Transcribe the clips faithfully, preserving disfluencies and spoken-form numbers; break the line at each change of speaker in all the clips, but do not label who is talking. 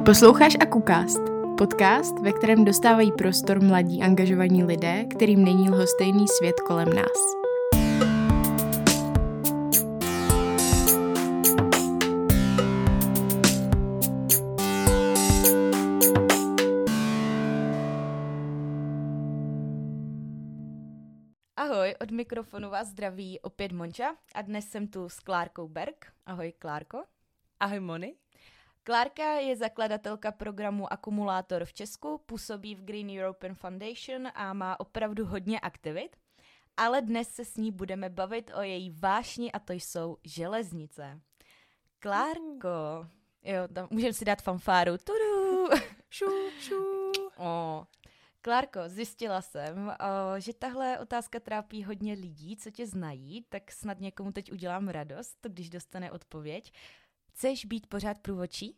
Posloucháš Akukast, podcast, ve kterém dostávají prostor mladí angažovaní lidé, kterým není lhostejný svět kolem nás.
Ahoj, od mikrofonu vás zdraví opět Monča a dnes jsem tu s Klárkou Berg. Ahoj, Klárko.
Ahoj, Moni.
Klárka je zakladatelka programu Akumulátor v Česku, působí v Green European Foundation a má opravdu hodně aktivit, ale dnes se s ní budeme bavit o její vášni a to jsou železnice. Klárko, jo, tam můžeme si dát fanfáru. Tudu.
Šu, šu.
O. Klárko, zjistila jsem, o, že tahle otázka trápí hodně lidí, co tě znají, tak snad někomu teď udělám radost, když dostane odpověď. Chceš být pořád průvodčí?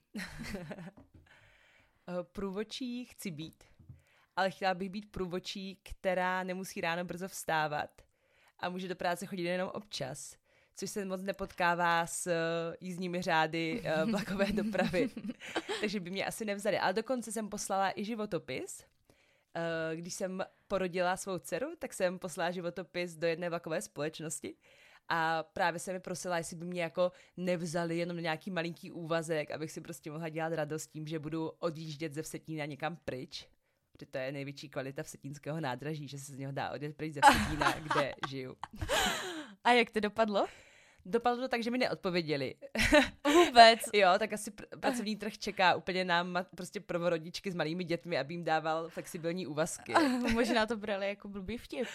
Průvodčí chci být, ale chtěla bych být průvodčí, která nemusí ráno brzo vstávat a může do práce chodit jenom občas, což se moc nepotkává s jízdními řády vlakové dopravy, takže by mě asi nevzali. Ale dokonce jsem poslala i životopis. Když jsem porodila svou dceru, tak jsem poslala životopis do jedné vlakové společnosti a právě se mi prosila, jestli by mě jako nevzali jenom na nějaký malinký úvazek, abych si prostě mohla dělat radost tím, že budu odjíždět ze Vsetína někam pryč, protože to je největší kvalita vsetínského nádraží, že se z něho dá odjet pryč ze Vsetína, kde žiju.
A jak to dopadlo?
Dopadlo to tak, že mi neodpověděli.
Vůbec.
Jo, tak asi pr- pracovní trh čeká úplně nám ma- prostě prvorodičky s malými dětmi, aby jim dával flexibilní úvazky.
Možná to brali jako blbý vtip.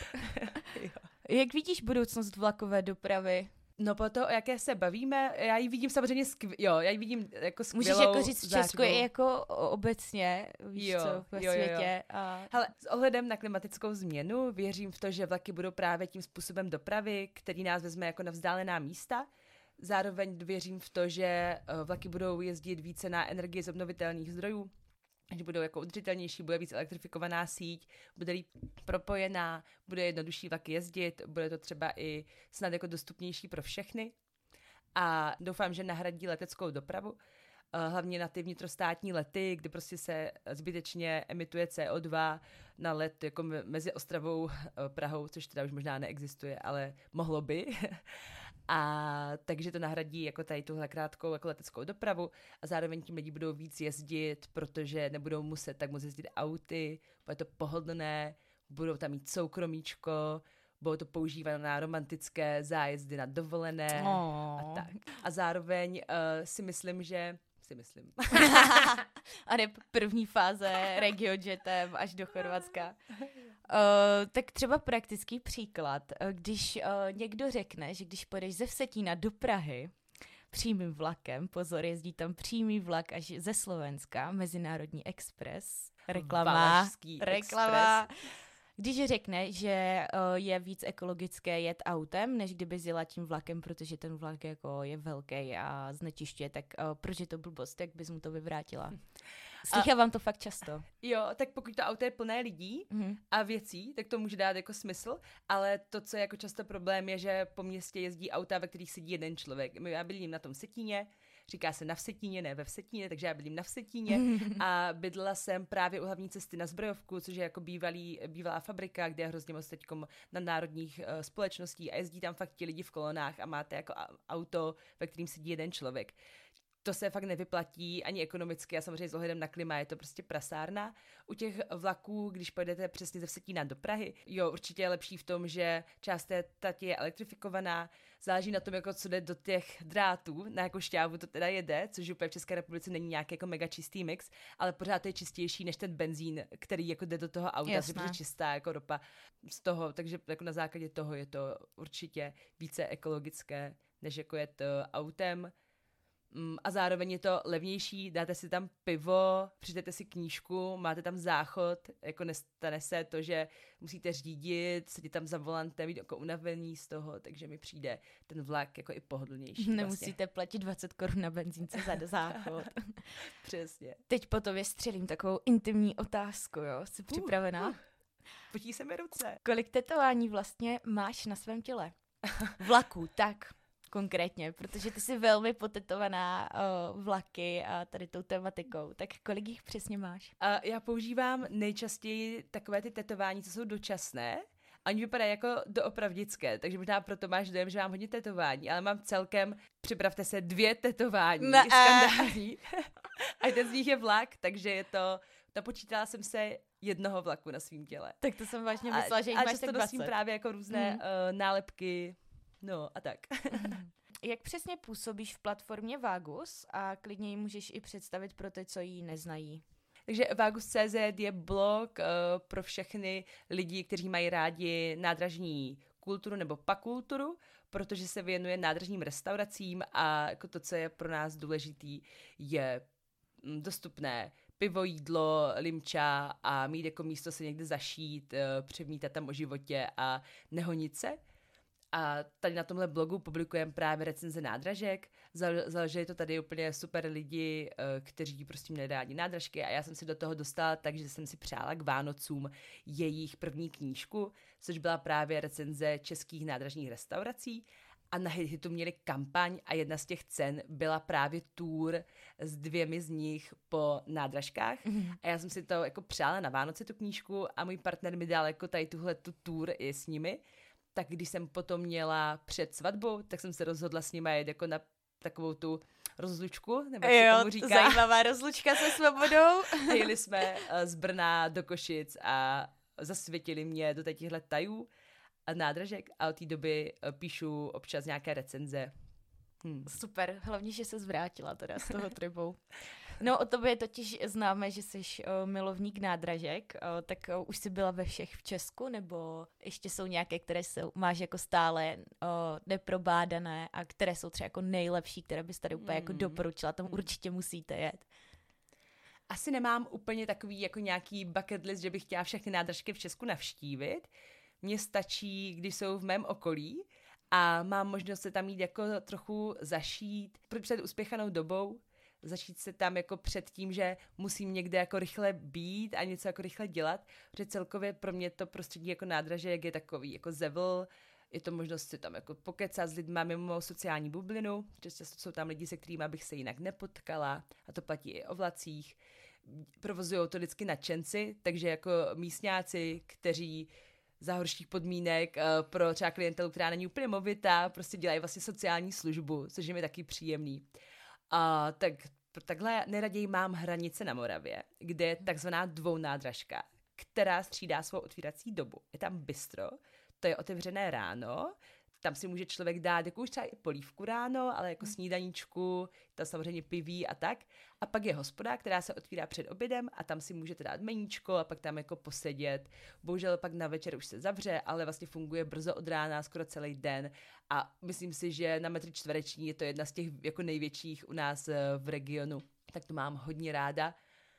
Jak vidíš budoucnost vlakové dopravy?
No po to, o jaké se bavíme, já ji vidím samozřejmě skvělou, jo, já ji vidím jako skvělou.
Můžeš jako říct v Česku i jako obecně, víš
jo,
co, ve
jo,
světě.
Jo.
A...
Hele, s ohledem na klimatickou změnu věřím v to, že vlaky budou právě tím způsobem dopravy, který nás vezme jako na vzdálená místa. Zároveň věřím v to, že vlaky budou jezdit více na energie z obnovitelných zdrojů, že budou jako udržitelnější, bude víc elektrifikovaná síť, bude líp propojená, bude jednodušší vlaky jezdit, bude to třeba i snad jako dostupnější pro všechny a doufám, že nahradí leteckou dopravu, hlavně na ty vnitrostátní lety, kdy prostě se zbytečně emituje C O dva na let jako mezi Ostravou a Prahou, což teda už možná neexistuje, ale mohlo by. A takže to nahradí jako tady tuhle krátkou jako leteckou dopravu a zároveň tím lidi budou víc jezdit, protože nebudou muset tak moc jezdit auty, bude to pohodlné, budou tam mít soukromíčko, budou to používat na romantické zájezdy na dovolené
oh.
a tak. A zároveň uh, si myslím, že si myslím.
A ne první fáze regiojetem až do Chorvatska. Uh, tak třeba praktický příklad. Když uh, někdo řekne, že když pojedeš ze Vsetína do Prahy přímým vlakem, pozor, jezdí tam přímý vlak až ze Slovenska, Mezinárodní Express, reklama,
Valašský
reklama.
Express.
Když řekne, že uh, je víc ekologické jet autem, než kdyby jela tím vlakem, protože ten vlak jako je velký a znečišťuje, tak uh, proč je to blbost, jak bys mu to vyvrátila? Slychávám to fakt často.
Jo, tak pokud to auto je plné lidí mm. a věcí, tak to může dát jako smysl, ale to, co je jako často problém, je, že po městě jezdí auta, ve kterých sedí jeden člověk. Já bydlím na tom Vsetíně, říká se na Vsetíně, ne ve Vsetíně, takže já bydlím na Vsetíně a bydlela jsem právě u hlavní cesty na Zbrojovku, což je jako bývalý, bývalá fabrika, kde je hrozně moc teďkom na národních uh, společností a jezdí tam fakt ti lidi v kolonách a máte jako auto, ve kterým sedí jeden člověk. To se fakt nevyplatí ani ekonomicky a samozřejmě s ohledem na klima je to prostě prasárna. U těch vlaků, když pojedete přesně ze Vsetína do Prahy, jo, určitě je lepší v tom, že část té trati je elektrifikovaná, záleží na tom, jako co jde do těch drátů, na jakou šťávu to teda jede, což úplně v České republice není nějaký jako mega čistý mix, ale pořád je čistější než ten benzín, který jako jde do toho auta, že je čistá jako ropa z toho, takže jako na základě toho je to určitě více ekologické, než jako jet autem. A zároveň je to levnější, dáte si tam pivo, přečtete si knížku, máte tam záchod, jako nestane se to, že musíte řídit, sedět tam za volantem, být jako unavený z toho, takže mi přijde ten vlak jako i pohodlnější.
Nemusíte
vlastně.
platit dvacet korun na benzínce za záchod.
Přesně.
Teď po tobě střelím takovou intimní otázku, jo? Jsi připravená? Uh, uh.
Potí se mi ruce.
Kolik tetování vlastně máš na svém těle? Vlaků, tak. konkrétně, protože ty jsi velmi potetovaná uh, vlaky a tady tou tematikou. Tak kolik jich přesně máš?
Uh, já používám nejčastěji takové ty tetování, co jsou dočasné. Oni vypadají jako doopravdické, takže možná proto máš dojem, že mám hodně tetování, ale mám celkem, připravte se, dvě tetování
ne,
skandální. A jeden z nich je vlak, takže je to, napočítala jsem se jednoho vlaku na svým těle.
Tak to jsem vážně myslela,
a,
že jich
a
máš
často
tak
nosím
dvacet.
právě jako různé
mm.
uh, nálepky, no a tak.
Jak přesně působíš v platformě Vagus a klidně ji můžeš i představit pro ty, co ji neznají?
Takže Vagus tečka cé zet je blog uh, pro všechny lidi, kteří mají rádi nádražní kulturu nebo pakulturu, protože se věnuje nádražním restauracím a jako to, co je pro nás důležitý, je mm, dostupné pivo, jídlo, limča a mít jako místo se někde zašít, uh, přemítat tam o životě a nehonit se. A tady na tomhle blogu publikujeme právě recenze nádražek. Založili to tady úplně super lidi, kteří prostě měli rádi nádražky a já jsem si do toho dostala, takže jsem si přála k Vánocům jejich první knížku, což byla právě recenze českých nádražních restaurací. A na Hitu měli kampaň a jedna z těch cen byla právě tour s dvěmi z nich po nádražkách. Mm. A já jsem si to jako přála na Vánoce tu knížku a můj partner mi dal jako tady tuhle tu tour i s nimi. Tak když jsem potom měla před svatbou, tak jsem se rozhodla s nimi jet jako na takovou tu rozlučku, nebo jak se tomu říká.
Zajímavá rozlučka se svobodou.
A jeli jsme z Brna do Košic a zasvětili mě do těchto tajů a nádražek a od té doby píšu občas nějaké recenze.
Hmm. Super, hlavně, že se zvrátila teda z toho tribu. No o tobě totiž známe, že jsi uh, milovník nádražek, uh, tak uh, už jsi byla ve všech v Česku, nebo ještě jsou nějaké, které jsou, máš jako stále uh, neprobádané a které jsou třeba jako nejlepší, které bys tady úplně hmm. jako doporučila, tam určitě musíte jet.
Asi nemám úplně takový jako nějaký bucket list, že bych chtěla všechny nádražky v Česku navštívit. Mně stačí, když jsou v mém okolí a mám možnost se tam jít jako trochu zašít před uspěchanou dobou, začít se tam jako před tím, že musím někde jako rychle být a něco jako rychle dělat, protože celkově pro mě to prostředí jako nádražek je takový jako zevl, je to možnost si tam jako pokecat s lidma mimo sociální bublinu, často jsou tam lidi, se kterými bych se jinak nepotkala a to platí i o vlacích. Provozujou to vždycky nadšenci, takže jako místňáci, kteří za horších podmínek uh, pro třeba klientelu, která není úplně movitá, prostě dělají vlastně sociální službu, což je mi taky příjemný. A tak takhle nejraději mám Hranice na Moravě, kde je takzvaná dvounádražka, která střídá svou otvírací dobu. Je tam bistro, to je otevřené ráno, tam si může člověk dát jako už třeba i polívku ráno, ale jako snídaníčku, tam samozřejmě piví a tak. A pak je hospoda, která se otvírá před obědem a tam si můžete dát meníčko a pak tam jako posedět. Bohužel pak na večer už se zavře, ale vlastně funguje brzo od rána, skoro celý den a myslím si, že na metr čtvereční je to jedna z těch jako největších u nás v regionu. Tak to mám hodně ráda.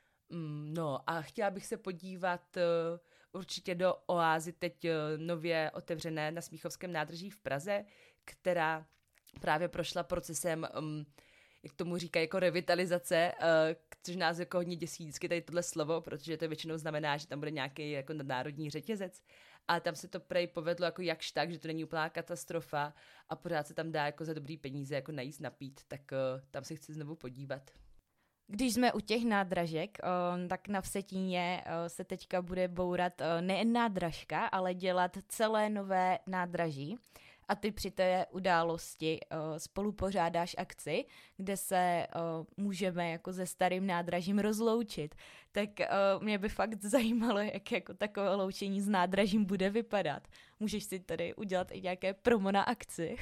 No a chtěla bych se podívat určitě do oázy teď nově otevřené na Smíchovském nádraží v Praze, která právě prošla procesem, um, jak tomu říkají, jako revitalizace, uh, což nás jako hodně děsí vždycky tady tohle slovo, protože to většinou znamená, že tam bude nějaký jako nadnárodní řetězec. A tam se to prej povedlo jako jakž tak, že to není úplná katastrofa a pořád se tam dá jako za dobrý peníze jako najíst, napít, tak uh, tam se chci znovu podívat.
Když jsme u těch nádražek, tak na Vsetíně se teďka bude bourat nejen nádražka, ale dělat celé nové nádraží. A ty při té události spolu pořádáš akci, kde se můžeme jako se starým nádražím rozloučit. Tak mě by fakt zajímalo, jak jako takové loučení s nádražím bude vypadat. Můžeš si tady udělat i nějaké promo na akci?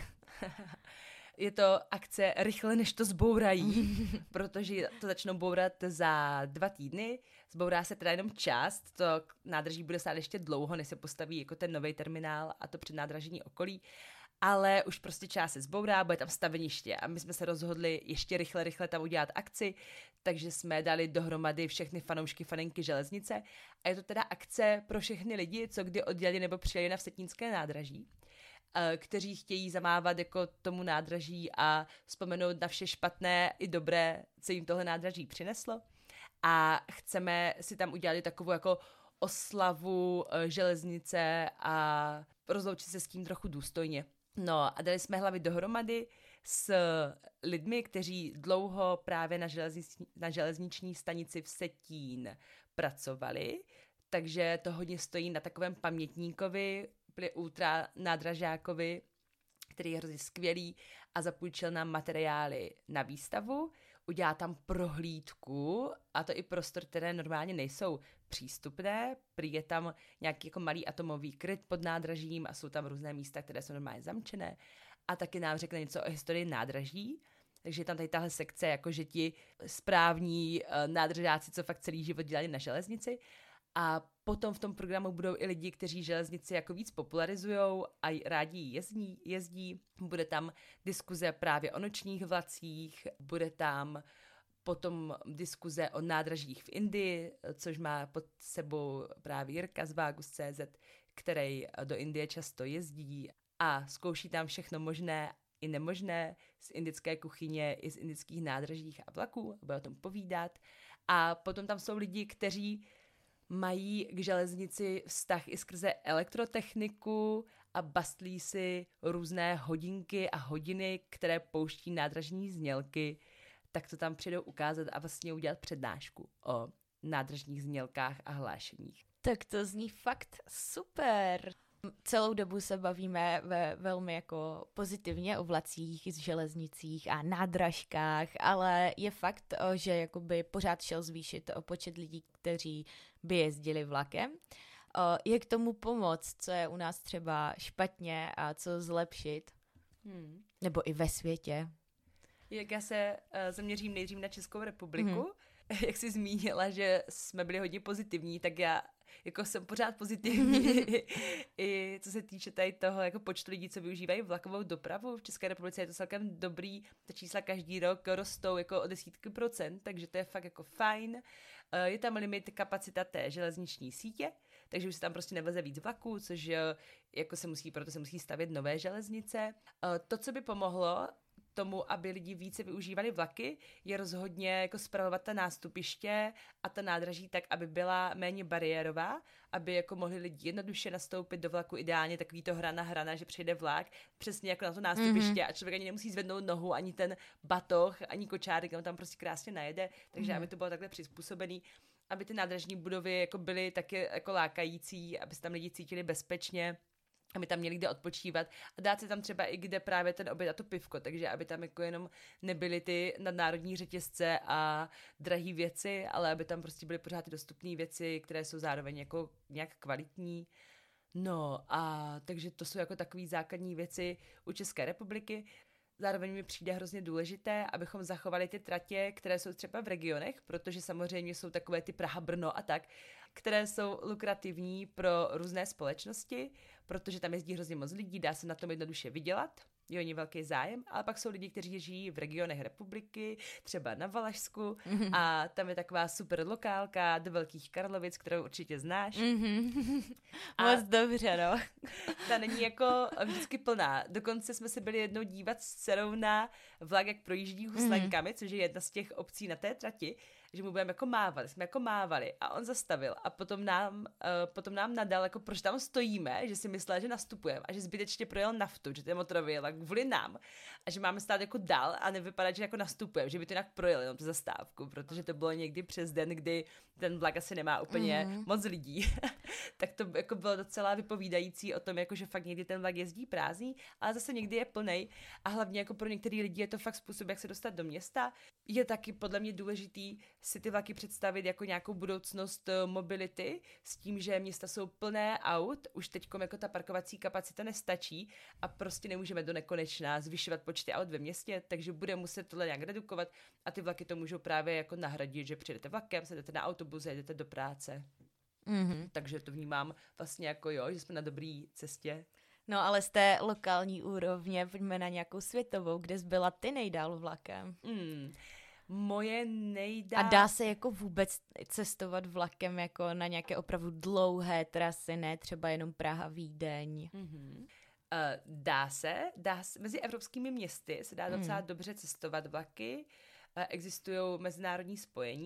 Je to akce rychle, než to zbourají, protože to začnou bourat za dva týdny. Zbourá se teda jenom část, to nádraží bude stát ještě dlouho, než se postaví jako ten nový terminál a to přednádražení okolí. Ale už prostě část se zbourá, bude tam staveniště a my jsme se rozhodli ještě rychle, rychle tam udělat akci, takže jsme dali dohromady všechny fanoušky, faninky železnice a je to teda akce pro všechny lidi, co kdy odjeli nebo přijeli na Vsetínské nádraží, kteří chtějí zamávat jako tomu nádraží a vzpomenout na vše špatné i dobré, co jim tohle nádraží přineslo. A chceme si tam udělat takovou jako oslavu železnice a rozloučit se s tím trochu důstojně. No a dali jsme hlavy dohromady s lidmi, kteří dlouho právě na, železniční, na železniční stanici v Vsetín pracovali, takže to hodně stojí na takovém pamětníkovi, ultra nádražákovi, který je hrozně skvělý a zapůjčil nám materiály na výstavu, udělá tam prohlídku a to i prostor, které normálně nejsou přístupné, prý je tam nějaký jako malý atomový kryt pod nádražím a jsou tam různé místa, které jsou normálně zamčené a taky nám řekne něco o historii nádraží, takže je tam tady tahle sekce, jako že ti správní uh, nádražáci, co fakt celý život dělali na železnici. A potom v tom programu budou i lidi, kteří železnici jako víc popularizujou a rádi jezdí, jezdí. Bude tam diskuze právě o nočních vlacích, bude tam potom diskuze o nádražích v Indii, což má pod sebou právě Jirka z Vágus tečka cé zet, který do Indie často jezdí a zkouší tam všechno možné i nemožné z indické kuchyně i z indických nádražích a vlaků, bude o tom povídat. A potom tam jsou lidi, kteří mají k železnici vztah i skrze elektrotechniku a bastlí si různé hodinky a hodiny, které pouští nádražní znělky, tak to tam přijdou ukázat a vlastně udělat přednášku o nádražních znělkách a hlášeních.
Tak to zní fakt super. Celou dobu se bavíme ve velmi jako pozitivně o vlacích, železnicích a nádražkách, ale je fakt, že jakoby pořád šel zvýšit počet lidí, kteří by jezdili vlakem. Je k tomu pomoct, co je u nás třeba špatně a co zlepšit, hmm. nebo i ve světě.
Jak já se uh, zaměřím nejdřív na Českou republiku, mm-hmm. jak jsi zmínila, že jsme byli hodně pozitivní, tak já jako jsem pořád pozitivní i co se týče tady toho jako počtu lidí, co využívají vlakovou dopravu. V České republice je to celkem dobrý, ta čísla každý rok rostou jako o desítky procent, takže to je fakt jako fajn. Je tam limit kapacita té železniční sítě, takže už se tam prostě neveze víc vlaků, což jako se musí, proto se musí stavět nové železnice. To, co by pomohlo tomu, aby lidi více využívali vlaky, je rozhodně jako spravovat ta nástupiště a ta nádraží tak, aby byla méně bariérová, aby jako mohli lidi jednoduše nastoupit do vlaku, ideálně takový to hra na hrana, že přijde vlak přesně jako na to nástupiště mm-hmm. a člověk ani nemusí zvednout nohu, ani ten batoh, ani kočárek, on tam prostě krásně najede, takže mm-hmm. aby to bylo takhle přizpůsobený, aby ty nádražní budovy jako byly taky jako lákající, aby se tam lidi cítili bezpečně, aby tam měli kde odpočívat a dát si tam třeba i kde právě ten oběd a to pivko, takže aby tam jako jenom nebyly ty nadnárodní řetězce a drahý věci, ale aby tam prostě byly pořád ty dostupné věci, které jsou zároveň jako nějak kvalitní. No a takže to jsou jako takové základní věci u České republiky. Zároveň mi přijde hrozně důležité, abychom zachovali ty tratě, které jsou třeba v regionech, protože samozřejmě jsou takové ty Praha, Brno a tak, které jsou lukrativní pro různé společnosti, protože tam jezdí hrozně moc lidí, dá se na tom jednoduše vydělat, je o ně velký zájem, ale pak jsou lidi, kteří žijí v regionech republiky, třeba na Valašsku mm-hmm. a tam je taková super lokálka do Velkých Karlovic, kterou určitě znáš.
Mm-hmm. Moc dobře, no.
Ta není jako vždycky plná. Dokonce jsme se byli jednou dívat s dcerou na vlak, jak projíždí Huslankami, mm-hmm. což je jedna z těch obcí na té trati, že mu budeme jako mávali, jsme jako mávali a on zastavil a potom nám, uh, potom nám nadal, jako proč tam stojíme, že si myslel, že nastupujeme a že zbytečně projel naftu, že to je motorový vlak kvůli nám a že máme stát jako dál a nevypadat, že jako nastupujeme, že by to jinak projeli jenom tu zastávku, protože to bylo někdy přes den, kdy ten vlak asi nemá úplně mm-hmm. moc lidí. Tak to jako bylo docela vypovídající o tom, jako že fakt někdy ten vlak jezdí prázdný, ale zase někdy je plnej a hlavně jako pro některý lidi je to fakt způsob, jak se dostat do města. Je taky podle mě důležitý si ty vlaky představit jako nějakou budoucnost mobility s tím, že města jsou plné aut, už teďkom jako ta parkovací kapacita nestačí a prostě nemůžeme do nekonečna zvyšovat počty aut ve městě, takže bude muset tohle nějak redukovat a ty vlaky to můžou právě jako nahradit, že přijedete vlakem, sedete na autobus, jedete do práce. Mm-hmm. Takže to vnímám vlastně jako jo, že jsme na dobré cestě.
No ale z té lokální úrovně pojďme na nějakou světovou, kde jsi byla ty nejdál vlakem.
Mm. Moje nejdál...
A dá se jako vůbec cestovat vlakem jako na nějaké opravdu dlouhé trasy, ne třeba jenom Praha, Vídeň?
Mm-hmm. Uh, dá se, dá se, mezi evropskými městy se dá docela mm. dobře cestovat vlaky, uh, existují mezinárodní spojení,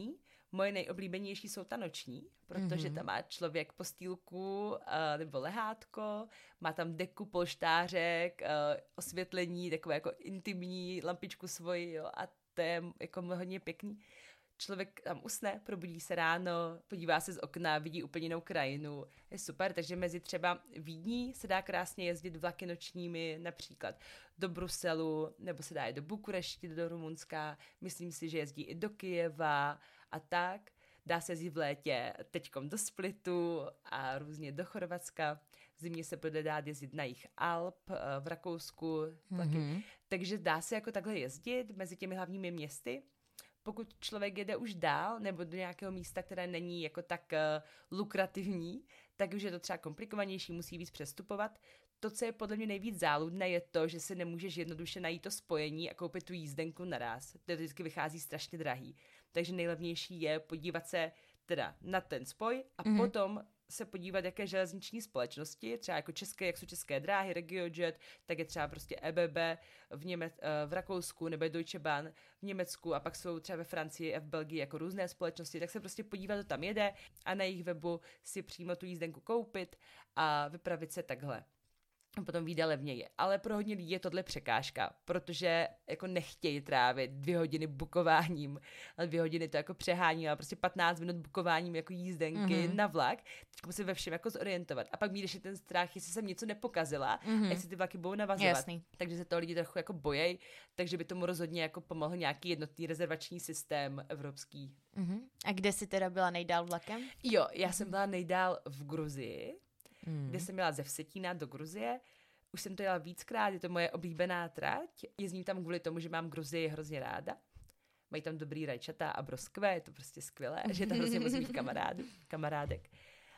Moje nejoblíbenější jsou ta noční, protože mm-hmm. tam má člověk postýlku uh, nebo lehátko, má tam deku, polštářek, uh, osvětlení, takové jako intimní lampičku svoji, jo, a to je jako hodně pěkný. Člověk tam usne, probudí se ráno, podívá se z okna, vidí úplně jinou krajinu. Je super, takže mezi třeba Vídní se dá krásně jezdit vlaky nočními, například do Bruselu, nebo se dá i do Bukurešti, do Rumunska. Myslím si, že jezdí i do Kyjeva a tak. Dá se jezdit v létě teďkom do Splitu a různě do Chorvatska. V zimě se bude dát jezdit na jih Alp, v Rakousku. Mm-hmm. Takže dá se jako takhle jezdit mezi těmi hlavními městy. Pokud člověk jede už dál nebo do nějakého místa, které není jako tak uh, lukrativní, tak už je to třeba komplikovanější, musí víc přestupovat. To, co je podle mě nejvíc záludné, je to, že si nemůžeš jednoduše najít to spojení a koupit tu jízdenku naraz. To vždycky vychází strašně drahý. Takže nejlevnější je podívat se teda na ten spoj a mm-hmm. potom se podívat, jaké železniční společnosti, třeba jako české, jak jsou české dráhy, RegioJet, tak je třeba prostě E B B v, Němec, v Rakousku nebo Deutsche Bahn v Německu a pak jsou třeba ve Francii a v Belgii jako různé společnosti, tak se prostě podívat, to tam jede a na jejich webu si přímo tu jízdenku koupit a vypravit se takhle. Potom vyjde levněji. Ale pro hodně lidí je tohle překážka, protože jako nechtějí trávit dvě hodiny bukováním, ale dvě hodiny to jako přehání, ale prostě patnáct minut bukováním jako jízdenky mm-hmm. na vlak. Teď musím ve všem jako zorientovat. A pak mít ještě ten strach, jestli jsem něco nepokazila, mm-hmm. jestli ty vlaky budou navazovat.
Jasný.
Takže se to lidi trochu jako bojejí, takže by tomu rozhodně jako pomohl nějaký jednotný rezervační systém evropský.
Mm-hmm. A kde jsi teda byla nejdál vlakem?
Jo, já mm-hmm. jsem byla nejdál v Gruzii,
Mm.
kde jsem jela ze Vsetína do Gruzie. Už jsem to jela víckrát, je to moje oblíbená trať. Jezdím tam kvůli tomu, že mám Gruzii hrozně ráda. Mají tam dobrý rajčata a broskve, je to prostě skvělé, že tam hrozně moc mých kamarádů, kamarádek.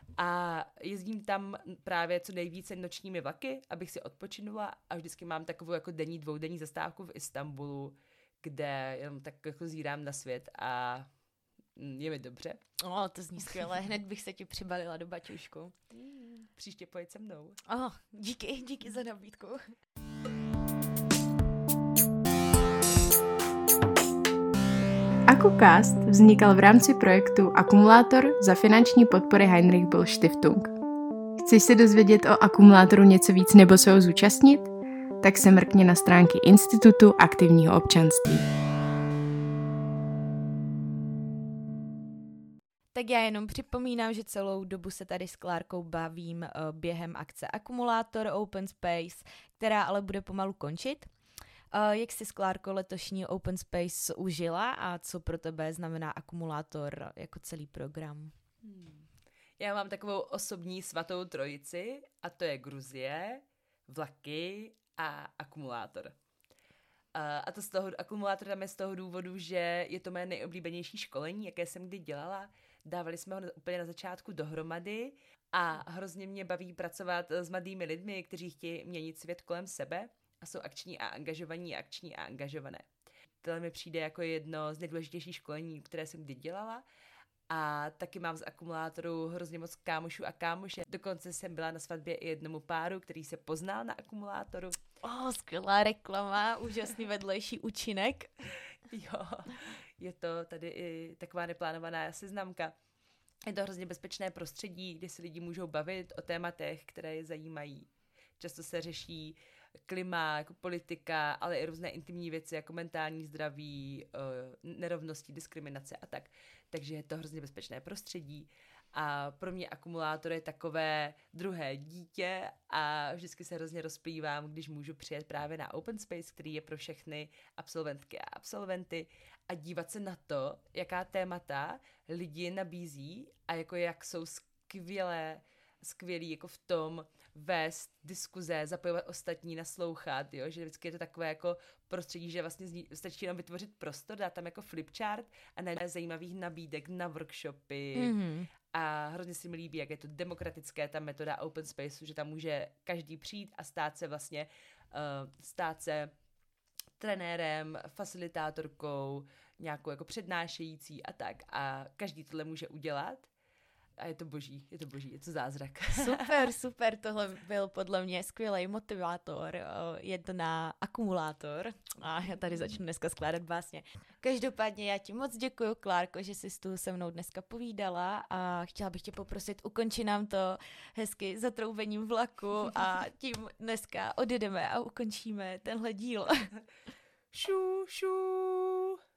A jezdím tam právě co nejvíce nočními vlaky, abych si odpočinula a vždycky mám takovou jako denní, dvoudenní zastávku v Istanbulu, kde jenom tak jako zírám na svět a je mi dobře.
O, to zní skvěle, hned bych se ti přibalila do baťušku.
Příště pojď se mnou.
Oh, díky, díky za nabídku.
AkuCast vznikal v rámci projektu Akumulátor za finanční podpory Heinrich Böll Stiftung. Chceš se dozvědět o akumulátoru něco víc nebo se ho zúčastnit? Tak se mrkni na stránky Institutu aktivního občanství.
Tak já jenom připomínám, že celou dobu se tady s Klárkou bavím uh, během akce Akumulátor Open Space, která ale bude pomalu končit. Uh, jak jsi s Klárkou letošní Open Space užila a co pro tebe znamená Akumulátor jako celý program?
Hmm. Já mám takovou osobní svatou trojici a to je Gruzie, vlaky a Akumulátor. Uh, a to z toho, Akumulátor tam je z toho důvodu, že je to mé nejoblíbenější školení, jaké jsem kdy dělala. Dávali jsme ho úplně na začátku dohromady a hrozně mě baví pracovat s mladými lidmi, kteří chtějí měnit svět kolem sebe a jsou akční a angažovaní, akční a angažované. Tohle mi přijde jako jedno z nejdůležitějších školení, které jsem kdy dělala. A taky mám z Akumulátoru hrozně moc kámošů a kámoše. Dokonce jsem byla na svatbě i jednomu páru, který se poznal na Akumulátoru.
Oh, skvělá reklama, úžasný vedlejší účinek.
Jo, je to tady i taková neplánovaná seznamka. Je to hrozně bezpečné prostředí, kde se lidi můžou bavit o tématech, které je zajímají. Často se řeší klima, jako politika, ale i různé intimní věci, jako mentální zdraví, nerovnosti, diskriminace a tak. Takže je to hrozně bezpečné prostředí. A pro mě Akumulátor je takové druhé dítě a vždycky se hrozně rozplývám, když můžu přijet právě na Open Space, který je pro všechny absolventky a absolventy a dívat se na to, jaká témata lidi nabízí a jako jak jsou skvělé, skvělí jako v tom vést diskuze, zapojovat ostatní, naslouchat, jo? Že vždycky je to takové jako prostředí, že vlastně zní, stačí jenom vytvořit prostor, dát tam jako flipchart a najít zajímavých nabídek na workshopy mm-hmm. a hrozně si mi líbí, jak je to demokratické, ta metoda Open Spaceu, že tam může každý přijít a stát se vlastně, uh, stát se trenérem, facilitátorkou, nějakou jako přednášející a tak a každý tohle může udělat. a je to boží, je to boží, je to zázrak.
Super, super, tohle byl podle mě skvělý motivátor, jet na akumulátor a já tady začnu dneska skládat básně. Každopádně já ti moc děkuju, Klárko, že jsi tu se mnou dneska povídala a chtěla bych tě poprosit, ukonči nám to hezky zatroubením vlaku a tím dneska odjedeme a ukončíme tenhle díl.
Šu, šu.